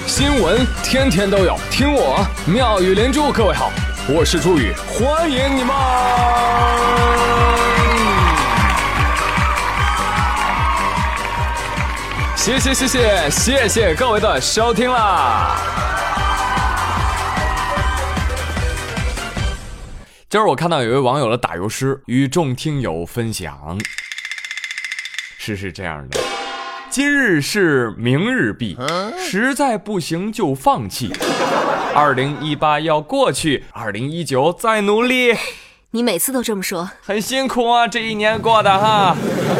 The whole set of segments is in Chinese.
新闻天天都有，听我妙语连珠。各位好，我是朱宇，欢迎你们。谢谢各位的收听啦。今儿我看到有位网友的打油诗与众听友分享，是这样的：今日事明日毕，实在不行就放弃。2018要过去，2019再努力。 你每次都这么说， 很辛苦啊，这一年过的哈。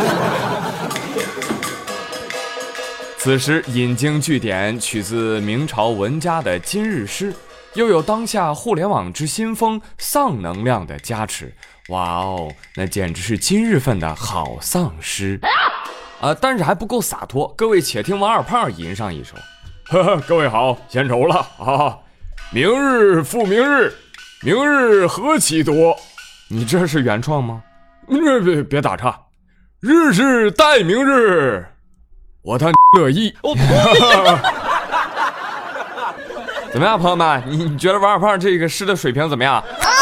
此时引经据典，取自明朝文家的今日诗，又有当下互联网之新风丧能量的加持，哇哦，那简直是今日份的好丧诗但是还不够洒脱，各位且听王二胖吟上一首。各位好，献丑了啊！明日复明日，明日何其多。你这是原创吗？别打岔，日日待明日，我他乐意。怎么样，朋友们？你觉得王二胖这个诗的水平怎么样？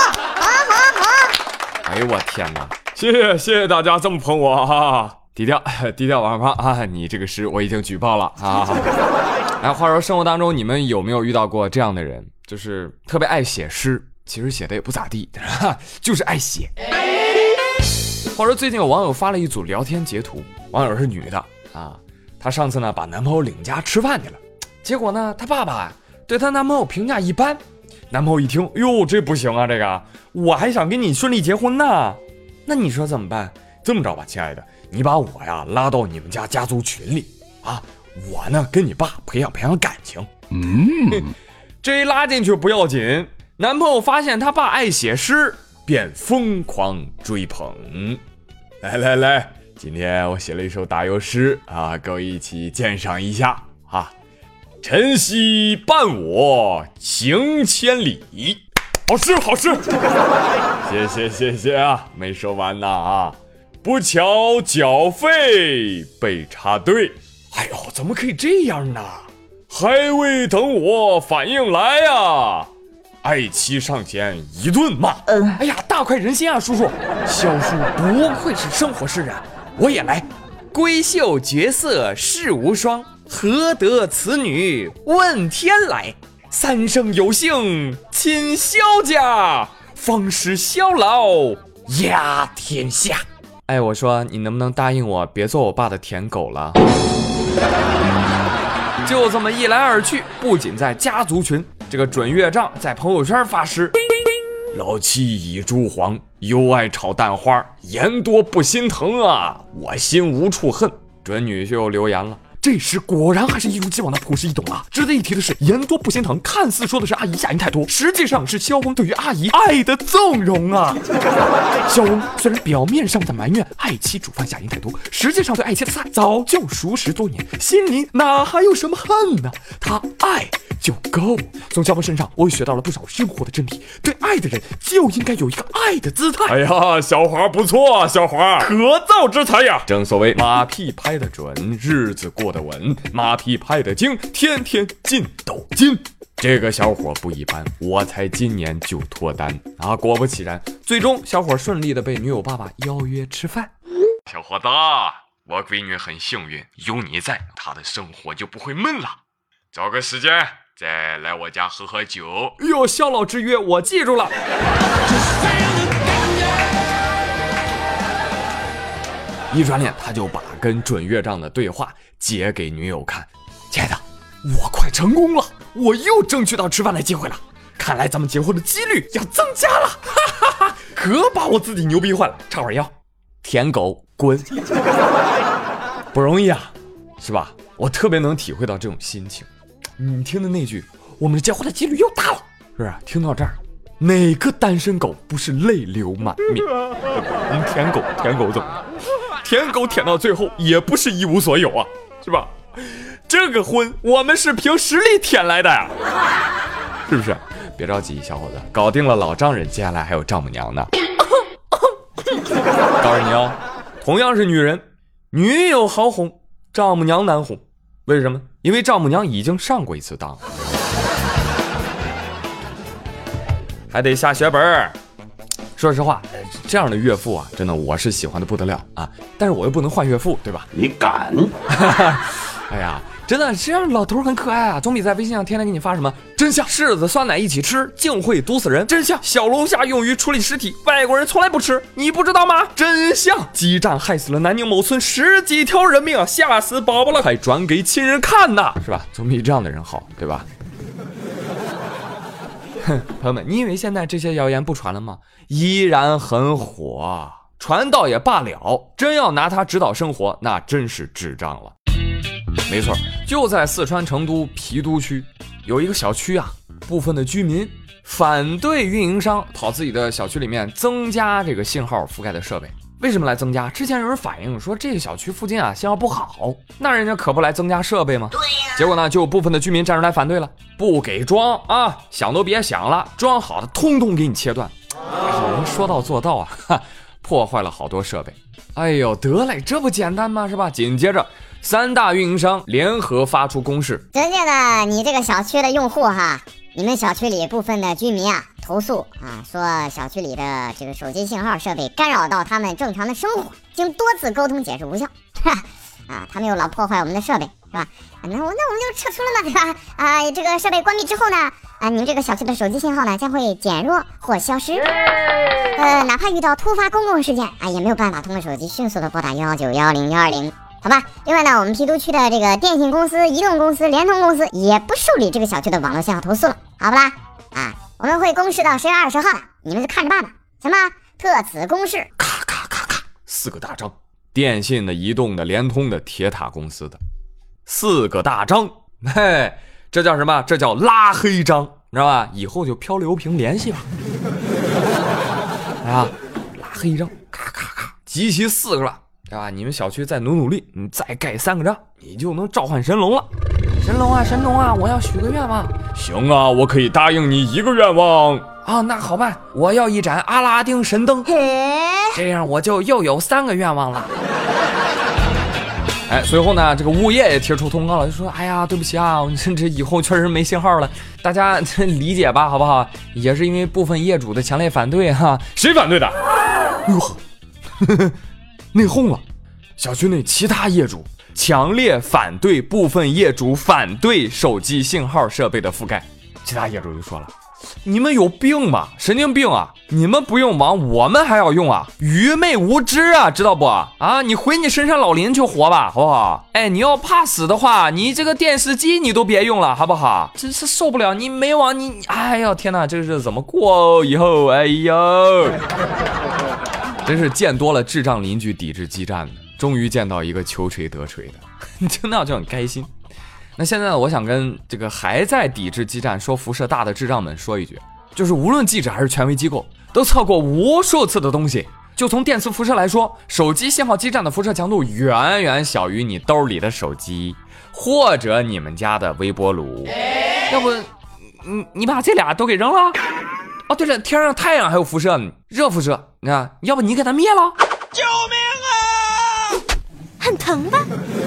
哎呦我天哪！谢谢大家这么捧我哈！低调，王二胖啊！你这个诗我已经举报了啊！哎，话说生活当中你们有没有遇到过这样的人，就是特别爱写诗，其实写的也不咋地，就是爱写。话说最近有网友发了一组聊天截图，网友是女的啊，她上次呢把男朋友领家吃饭去了，结果呢她爸爸对她男朋友评价一般，男朋友一听，哟，这不行啊，这个我还想跟你顺利结婚呢，那你说怎么办？这么着吧，亲爱的，你把我呀拉到你们家家族群里啊，我呢跟你爸培养感情。这一拉进去不要紧，男朋友发现他爸爱写诗，便疯狂追捧。来，今天我写了一首打油诗啊，各位一起鉴赏一下啊。晨曦伴我行千里，好诗，谢谢啊，没说完呢啊。不巧缴费被插队，哎呦，怎么可以这样呢？还未等我反应来呀，爱妻上前一顿骂。哎呀，大快人心啊，叔叔！小叔不愧是生活诗人，我也来。闺秀绝色世无双，何得此女问天来？三生有幸亲萧家，方使萧老压天下。哎，我说你能不能答应我别做我爸的舔狗了？就这么一来二去，不仅在家族群，这个准岳丈在朋友圈发诗，老妻已珠黄，又爱炒蛋花，言多不心疼啊，我心无处恨。准女婿又留言了，这诗果然还是一如既往的朴实易懂啊！值得一提的是，言多不心疼看似说的是阿姨下淫太多，实际上是萧翁对于阿姨爱的纵容啊！萧翁虽然表面上在埋怨爱妻煮饭下淫太多，实际上对爱妻的菜早就熟识多年，心里哪还有什么恨呢？他爱就够。从萧翁身上我也学到了不少生活的真理，对爱的人就应该有一个爱的姿态。哎呀，小华不错啊，小华可造之才呀！正所谓马屁拍得准，日子过得稳，马屁拍得精，天天进斗金。这个小伙不一般，我猜今年就脱单啊！果不其然，最终小伙顺利的被女友爸爸邀约吃饭。小伙子，我闺女很幸运，有你在，她的生活就不会闷了。找个时间再来我家喝喝酒。哟，萧老之约我记住了。一转脸他就把跟准岳丈的对话截给女友看。亲爱的，我快成功了，我又争取到吃饭的机会了，看来咱们结婚的几率要增加了，哈哈哈！可把我自己牛逼坏了。插会儿腰，舔狗滚！不容易啊，是吧？我特别能体会到这种心情。你听的那句我们的结婚的几率又大了，是不是？听到这儿，哪个单身狗不是泪流满面？舔狗怎么了？舔狗舔到最后也不是一无所有啊，是吧？这个婚我们是凭实力舔来的呀，是不是？别着急，小伙子，搞定了老丈人，接下来还有丈母娘呢。告诉你哦，同样是女人，女友好哄，丈母娘难哄。 为什么？因为丈母娘已经上过一次当，还得下血本。说实话，这样的岳父啊，真的我是喜欢的不得了啊！但是我又不能换岳父，对吧？ 你敢？ 哎呀，真的这样老头很可爱啊，总比在微信上天天给你发什么真相柿子酸奶一起吃竟会毒死人，真相小龙虾用于处理尸体外国人从来不吃，你不知道吗？真相激战害死了南宁某村10几条人命啊，吓死宝宝了还转给亲人看呐，是吧？总比这样的人好，对吧？朋友们，你以为现在这些谣言不传了吗？依然很火，传倒也罢了，真要拿它指导生活，那真是智障了。没错，就在四川成都郫都区有一个小区啊，部分的居民反对运营商跑自己的小区里面增加这个信号覆盖的设备。为什么来增加？之前有人反映说这个小区附近啊信号不好，那人家可不来增加设备吗？对呀。结果呢，就有部分的居民站出来反对了，不给装啊，想都别想了，装好的通通给你切断。人说到做到啊，破坏了好多设备。哎呦，得嘞，这不简单吗？是吧？紧接着3大运营商联合发出公示， 尊敬的你这个小区的用户哈，你们小区里部分的居民啊投诉啊，说小区里的这个手机信号设备干扰到他们正常的生活，经多次沟通解释无效，啊，他们又老破坏我们的设备，是吧？那我们就撤出了嘛，对吧？啊，这个设备关闭之后呢，啊，你们这个小区的手机信号呢将会减弱或消失。哪怕遇到突发公共事件啊，也没有办法通过手机迅速的拨打1910120，好吧？另外呢，我们郫都区的这个电信公司、移动公司、联通公司也不受理这个小区的网络信号投诉了，好不啦？啊，我们会公示到10月20号的，你们就看着办吧。行吧？特此公示。 咔咔咔咔，4个大章，电信的、移动的、联通的、铁塔公司的，4个大章，嘿，这叫什么？这叫拉黑章，你知道吧？以后就漂流瓶联系吧。啊，拉黑章，咔咔咔，集齐4个了，对吧？你们小区再努力，你再盖3个章，你就能召唤神龙了。神龙啊，神龙啊，我要许个愿望。行啊，我可以答应你1个愿望。啊，那好办，我要一盏阿拉丁神灯，这样我就又有3个愿望了。哎，随后呢，这个物业也贴出通告了，就说：“哎呀，对不起啊，这以后确实没信号了，大家理解吧，好不好？也是因为部分业主的强烈反对哈。”谁反对的？哟呵，内讧了！小区内其他业主强烈反对部分业主反对手机信号设备的覆盖。其他业主就说了：“你们有病吧？神经病啊！你们不用忙，我们还要用啊！愚昧无知啊，知道不？啊，你回你深山老林去活吧，好不好？哎，你要怕死的话，你这个电视机你都别用了，好不好？真是受不了！你没网，你哎呀天哪，这个日子怎么过？以后哎呦，真是见多了智障邻居抵制基站的，终于见到一个求锤得锤的，听到就很开心。那现在我想跟这个还在抵制基站说辐射大的智障们说一句，就是无论记者还是权威机构都测过无数次的东西，就从电磁辐射来说，手机信号基站的辐射强度远远小于你兜里的手机或者你们家的微波炉。要不你把这俩都给扔了？哦对了，天上太阳还有辐射呢，热辐射，你看，要不你给它灭了？ 救命啊！ 很疼吧？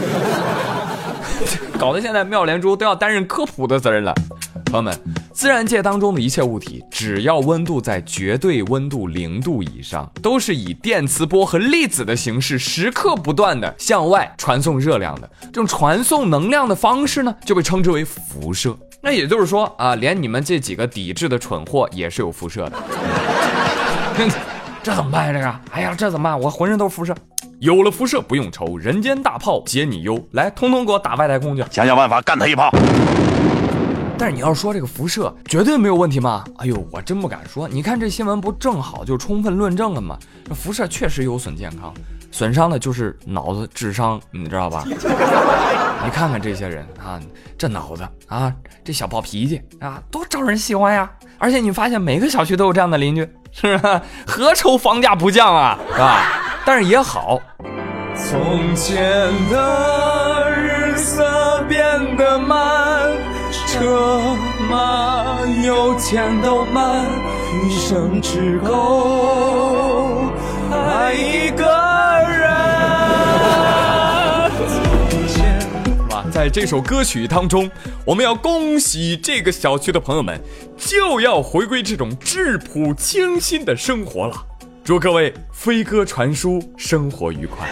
搞得现在妙莲珠都要担任科普的责任了。朋友们，自然界当中的一切物体，只要温度在绝对温度0度以上，都是以电磁波和粒子的形式时刻不断的向外传送热量的。这种传送能量的方式呢，就被称之为辐射。那也就是说啊，连你们这几个抵制的蠢货也是有辐射的。这怎么办呀？这个，哎呀，这怎么办？我浑身都是辐射。有了辐射不用愁，人间大炮解你忧，来，通通给我打外太空去， 想想办法干他一炮。 但是你要说这个辐射绝对没有问题吗？哎呦，我真不敢说。你看这新闻不正好就充分论证了吗？这辐射确实有损健康，损伤的就是脑子智商，你知道吧？你看看这些人啊，这脑子啊，这小暴脾气啊，多招人喜欢呀！而且你发现每个小区都有这样的邻居，是吧？何愁房价不降啊，是吧？但是也好，从前的日色变得慢，车马邮件都慢，一生只够爱一个人。从前，哇，再在这首歌曲当中，我们要恭喜这个小区的朋友们，就要回归这种质朴清新的生活了。祝各位飞鸽传书，生活愉快。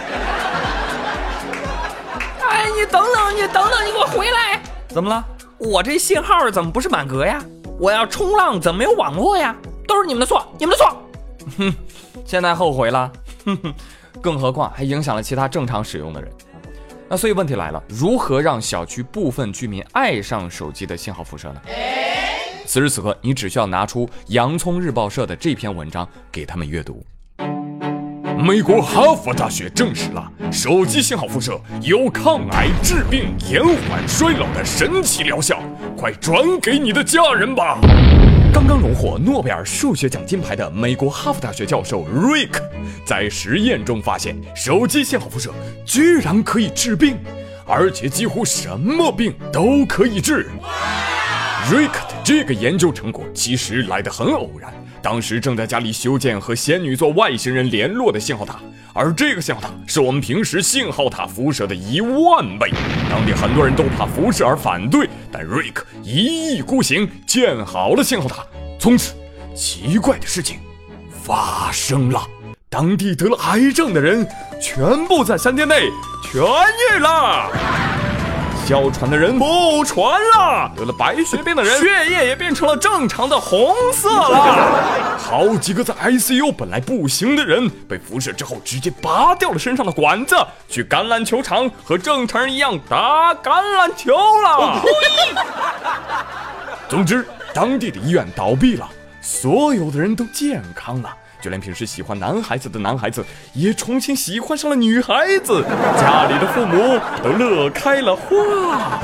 哎，你等等，你给我回来！ 怎么了？ 我这信号怎么不是满格呀？我要冲浪怎么没有网络呀？都是你们的错，你们的错！ 哼，现在后悔了。哼哼，更何况还影响了其他正常使用的人。那所以问题来了，如何让小区部分居民爱上手机的信号辐射呢？此时此刻，你只需要拿出洋葱日报社的这篇文章给他们阅读。美国哈佛大学证实了手机信号辐射有抗癌、治病、延缓衰老的神奇疗效，快转给你的家人吧！刚刚荣获诺贝尔数学奖金牌的美国哈佛大学教授 Rick 在实验中发现，手机信号辐射居然可以治病，而且几乎什么病都可以治。Rick 的这个研究成果其实来得很偶然，当时正在家里修建和仙女座外星人联络的信号塔，而这个信号塔是我们平时信号塔辐射的10000倍。当地很多人都怕辐射而反对，但 Rick 一意孤行建好了信号塔。从此，奇怪的事情发生了，当地得了癌症的人全部在3天内痊愈了。哮喘的人不传了，得了白血病的人血液也变成了正常的红色了。好几个在 ICU 本来不行的人，被辐射之后直接拔掉了身上的管子，去橄榄球场和正常人一样打橄榄球了。总之，当地的医院倒闭了，所有的人都健康了。就连平时喜欢男孩子的男孩子也重新喜欢上了女孩子，家里的父母都乐开了花。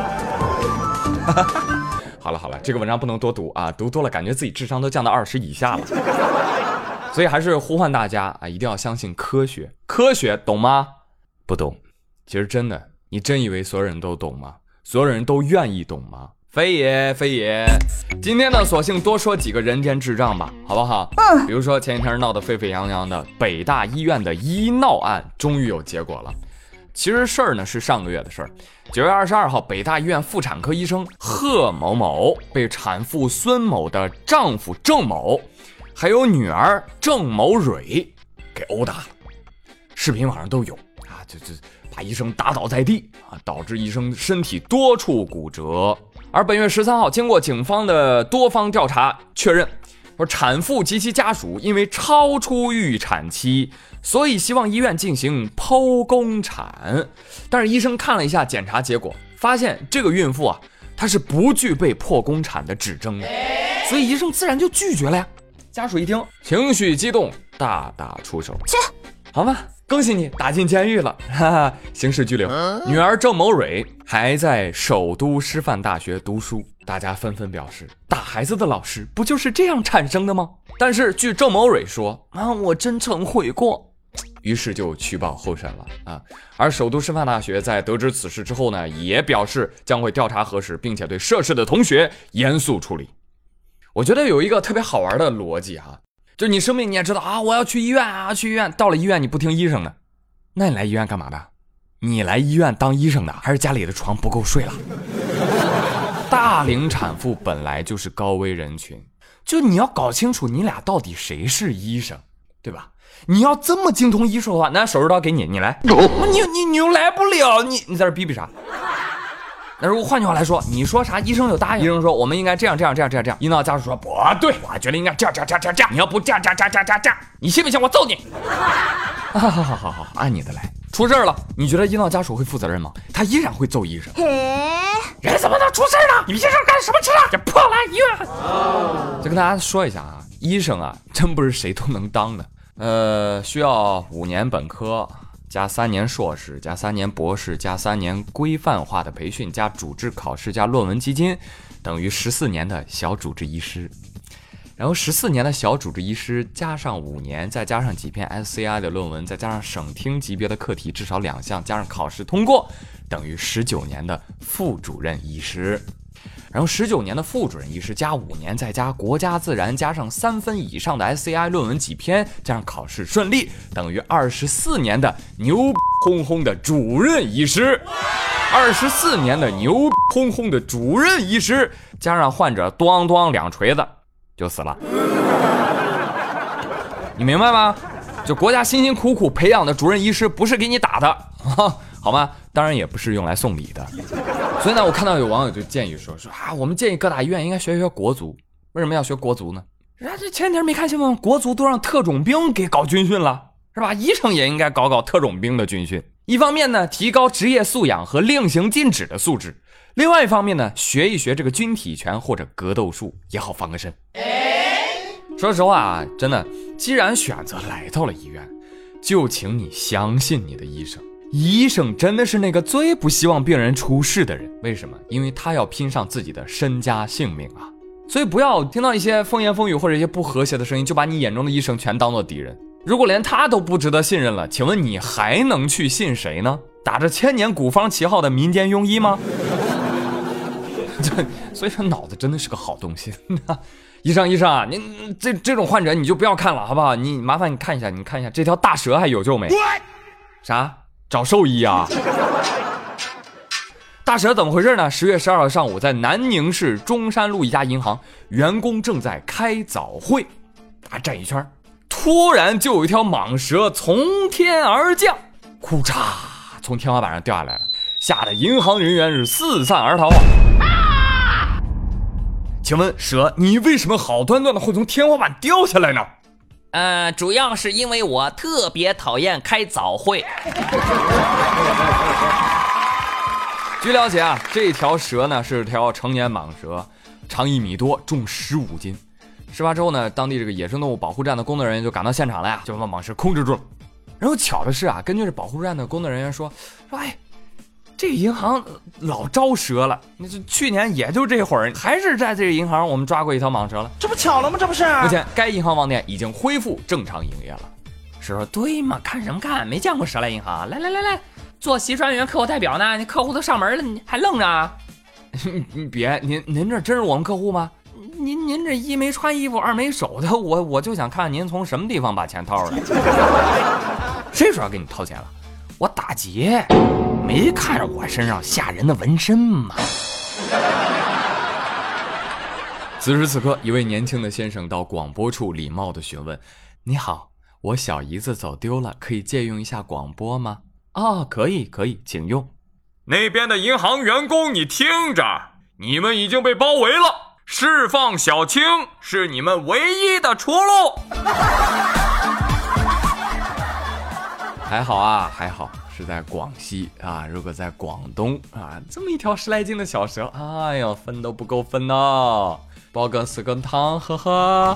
好了，这个文章不能多读啊，读多了感觉自己智商都降到20以下了。所以还是呼唤大家啊，一定要相信科学。科学懂吗？不懂。其实真的，你真以为所有人都懂吗？所有人都愿意懂吗？非也，今天呢，索性多说几个人间智障吧，好不好？比如说前几天闹得沸沸扬扬的北大医院的医闹案，终于有结果了。其实事儿呢是上个月的事儿，9月22号，北大医院妇产科医生贺某某被产妇孙某的丈夫郑某，还有女儿郑某蕊给殴打了。视频网上都有啊，就把医生打倒在地啊，导致医生身体多处骨折。而本月13号，经过警方的多方调查，确认说产妇及其家属因为超出预产期，所以希望医院进行剖宫产。但是医生看了一下检查结果，发现这个孕妇啊，她是不具备破宫产的指征的，所以医生自然就拒绝了呀。家属一听，情绪激动，大打出手。切，好吧，恭喜你打进监狱了，哈哈，刑事拘留。女儿郑某蕊还在首都师范大学读书，大家纷纷表示，打孩子的老师不就是这样产生的吗？但是据郑某蕊说啊，我真诚悔过，于是就取保候审了啊。而首都师范大学在得知此事之后呢，也表示将会调查核实，并且对涉事的同学严肃处理。我觉得有一个特别好玩的逻辑哈，就你生病你也知道啊，我要去医院啊，去医院，到了医院你不听医生的，那你来医院干嘛的？你来医院当医生的，还是家里的床不够睡了？大龄产妇本来就是高危人群，就你要搞清楚你俩到底谁是医生，对吧？你要这么精通医术的话，那手术刀给你，你来，你又来不了，你在这逼逼啥？那如果换句话来说，你说啥医生就答应，医生说我们应该这样，医闹家属说不对，我觉得应该这样，你要不这样，你信不信我揍你？好，按你的来。出事了，你觉得医闹家属会负责任吗？他依然会揍医生。人怎么能出事呢？你医生干什么吃了？这破烂医院！就跟大家说一下啊，医生啊，真不是谁都能当的。需要5年本科加3年硕士加3年博士加3年规范化的培训加主治考试加论文基金，等于14年的小主治医师。然后14年的小主治医师加上5年，再加上几篇 SCI 的论文，再加上省厅级别的课题至少2项，加上考试通过，等于19年的副主任医师。然后19年的副主任医师加5年，再加国家自然，加上3分以上的 SCI 论文几篇，加上考试顺利，等于24年的牛哄哄的主任医师。 24年的牛哄哄的主任医师，加上患者咣咣2锤子就死了。你明白吗？就国家辛辛苦苦培养的主任医师不是给你打的，好吗？当然也不是用来送礼的。所以呢，我看到有网友就建议说我们建议各大医院应该学国足。为什么要学国足呢？这前天没看新闻，国足都让特种兵给搞军训了，是吧？医生也应该搞特种兵的军训。一方面呢，提高职业素养和令行禁止的素质；另外一方面呢，学一学这个军体拳或者格斗术，也好防个身。说实话啊，真的，既然选择来到了医院，就请你相信你的医生。医生真的是那个最不希望病人出事的人。为什么？因为他要拼上自己的身家性命啊！所以不要听到一些风言风语或者一些不和谐的声音，就把你眼中的医生全当作敌人。如果连他都不值得信任了，请问你还能去信谁呢？打着千年古方旗号的民间庸医吗？所以说脑子真的是个好东西。医生啊，您这种患者你就不要看了，好不好？你麻烦你看一下这条大蛇还有救没？啥？找兽医啊？大蛇怎么回事呢？10月12号上午，在南宁市中山路一家银行，员工正在开早会，站一圈，突然就有一条蟒蛇从天而降，库嚓从天花板上掉下来了，吓得银行人员是四散而逃。请问蛇，你为什么好端端的会从天花板掉下来呢？ 主要是因为我特别讨厌开早会。 据了解啊，这条蛇呢是条成年蟒蛇，长1米多，重15斤。事发之后呢，当地这个野生动物保护站的工作人员就赶到现场了呀，就把蟒蛇控制住了。然后巧的是啊，根据这保护站的工作人员说，这个银行老招蛇了，去年也就这会儿，还是在这个银行我们抓过一条蟒蛇了， 这不巧了吗？这不是？ 目前该银行网点已经恢复正常营业了。 是说对吗？看什么看？没见过蛇来银行。来，做习专员客户代表呢，你客户都上门了，你还愣着啊？ 你别，您这真是我们客户吗？您这一没穿衣服，二没手的，我就想看您从什么地方把钱掏出来。谁说要给你掏钱了？我打劫，没看着我身上吓人的纹身吗？此时此刻，一位年轻的先生到广播处礼貌地询问：“你好，我小姨子走丢了，可以借用一下广播吗？”“哦，可以，请用。”“那边的银行员工，你听着，你们已经被包围了，释放小青是你们唯一的出路。”还好是在广西啊，如果在广东啊，这么一条10来斤的小蛇，哎呀，分都不够分呢，包个4根汤，呵呵。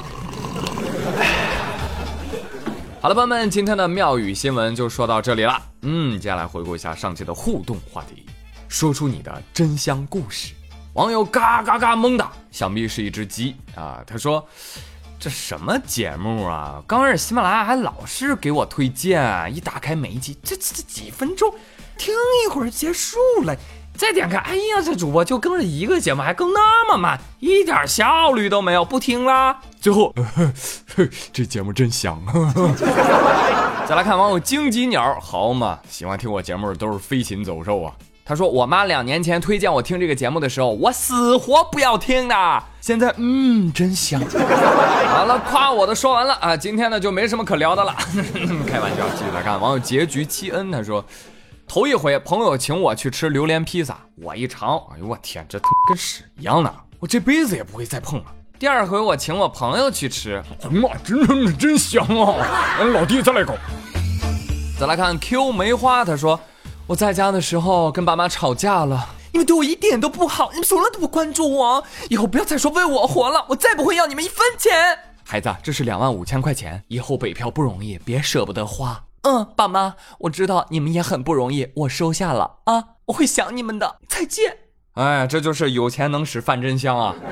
好了，朋友们，今天的妙语新闻就说到这里了。接下来回顾一下上期的互动话题，说出你的真香故事。网友嘎嘎嘎懵的，想必是一只鸡啊。他说：“这什么节目啊？刚认识喜马拉雅还老是给我推荐，一打开每一集，这几分钟，听一会儿结束了，再点开，哎呀，这主播就更了一个节目，还更那么慢，一点效率都没有，不听啦。最后，这节目真香。”再来看网友荆棘鸟，好嘛，喜欢听我节目的都是飞禽走兽啊。他说我妈2年前推荐我听这个节目的时候，我死活不要听的，现在真香。好了，夸我的说完了啊，今天呢就没什么可聊的了。开玩笑，继续来看网友结局7恩，他说头一回朋友请我去吃榴莲披萨，我一尝，哎呦我天，这跟屎一样的，我这辈子也不会再碰了。第二回我请我朋友去吃，妈，真香啊！老弟再来口。再来看 Q 梅花，他说我在家的时候跟爸妈吵架了，你们对我一点都不好，你们从来都不关注我，以后不要再说为我活了，我再不会要你们1分钱。孩子，这是25000块钱，以后北漂不容易，别舍不得花。爸妈，我知道你们也很不容易，我收下了啊，我会想你们的，再见。哎，这就是有钱能使饭真香啊。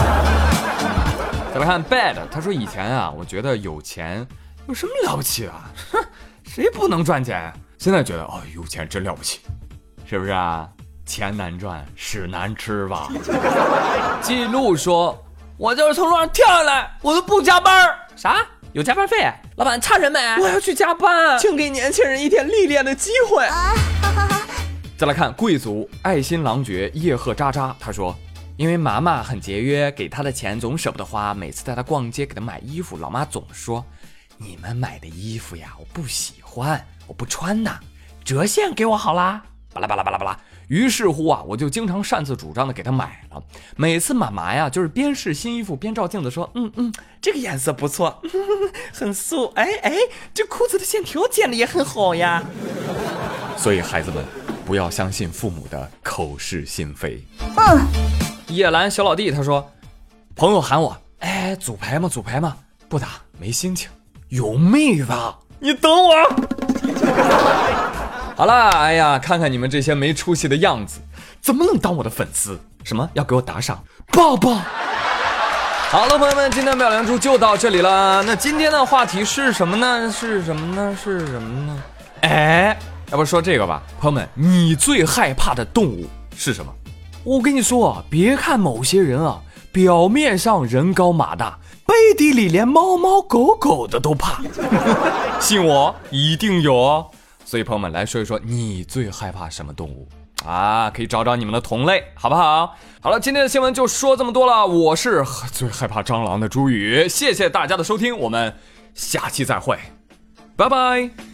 再来看 Bad， 他说以前啊，我觉得有钱有什么了不起的？哼，谁不能赚钱？现在觉得有钱真了不起，是不是啊？钱难赚，屎难吃吧。记录说，我就是从路上跳下来，我都不加班。啥？有加班费？老板差人没？我要去加班，请给年轻人一点历练的机会。 再来看贵族爱新郎爵叶赫渣渣，他说，因为妈妈很节约，给她的钱总舍不得花，每次带她逛街给她买衣服，老妈总说，你们买的衣服呀我不喜欢，我不穿呐，折现给我好啦，巴拉巴拉巴拉巴拉。于是乎啊，我就经常擅自主张的给她买了。每次妈妈呀就是边试新衣服边照镜子说，这个颜色不错，很素，哎，这裤子的线条剪的也很好呀。所以孩子们不要相信父母的口是心非。叶兰小老弟他说，朋友喊我，哎，组牌吗？不打，没心情。有妹子，你等我。好啦，哎呀，看看你们这些没出息的样子，怎么能当我的粉丝？什么要给我打赏？抱抱。好了，朋友们，今天妙良珠就到这里了。那今天的话题是什么呢？哎，要不说这个吧，朋友们，你最害怕的动物是什么？我跟你说啊，别看某些人啊，表面上人高马大，背地里连猫猫狗狗的都怕。信我，一定有哦。所以朋友们来说一说，你最害怕什么动物啊？可以找找你们的同类，好不好？好了，今天的新闻就说这么多了。我是最害怕蟑螂的朱宇，谢谢大家的收听，我们下期再会，拜拜。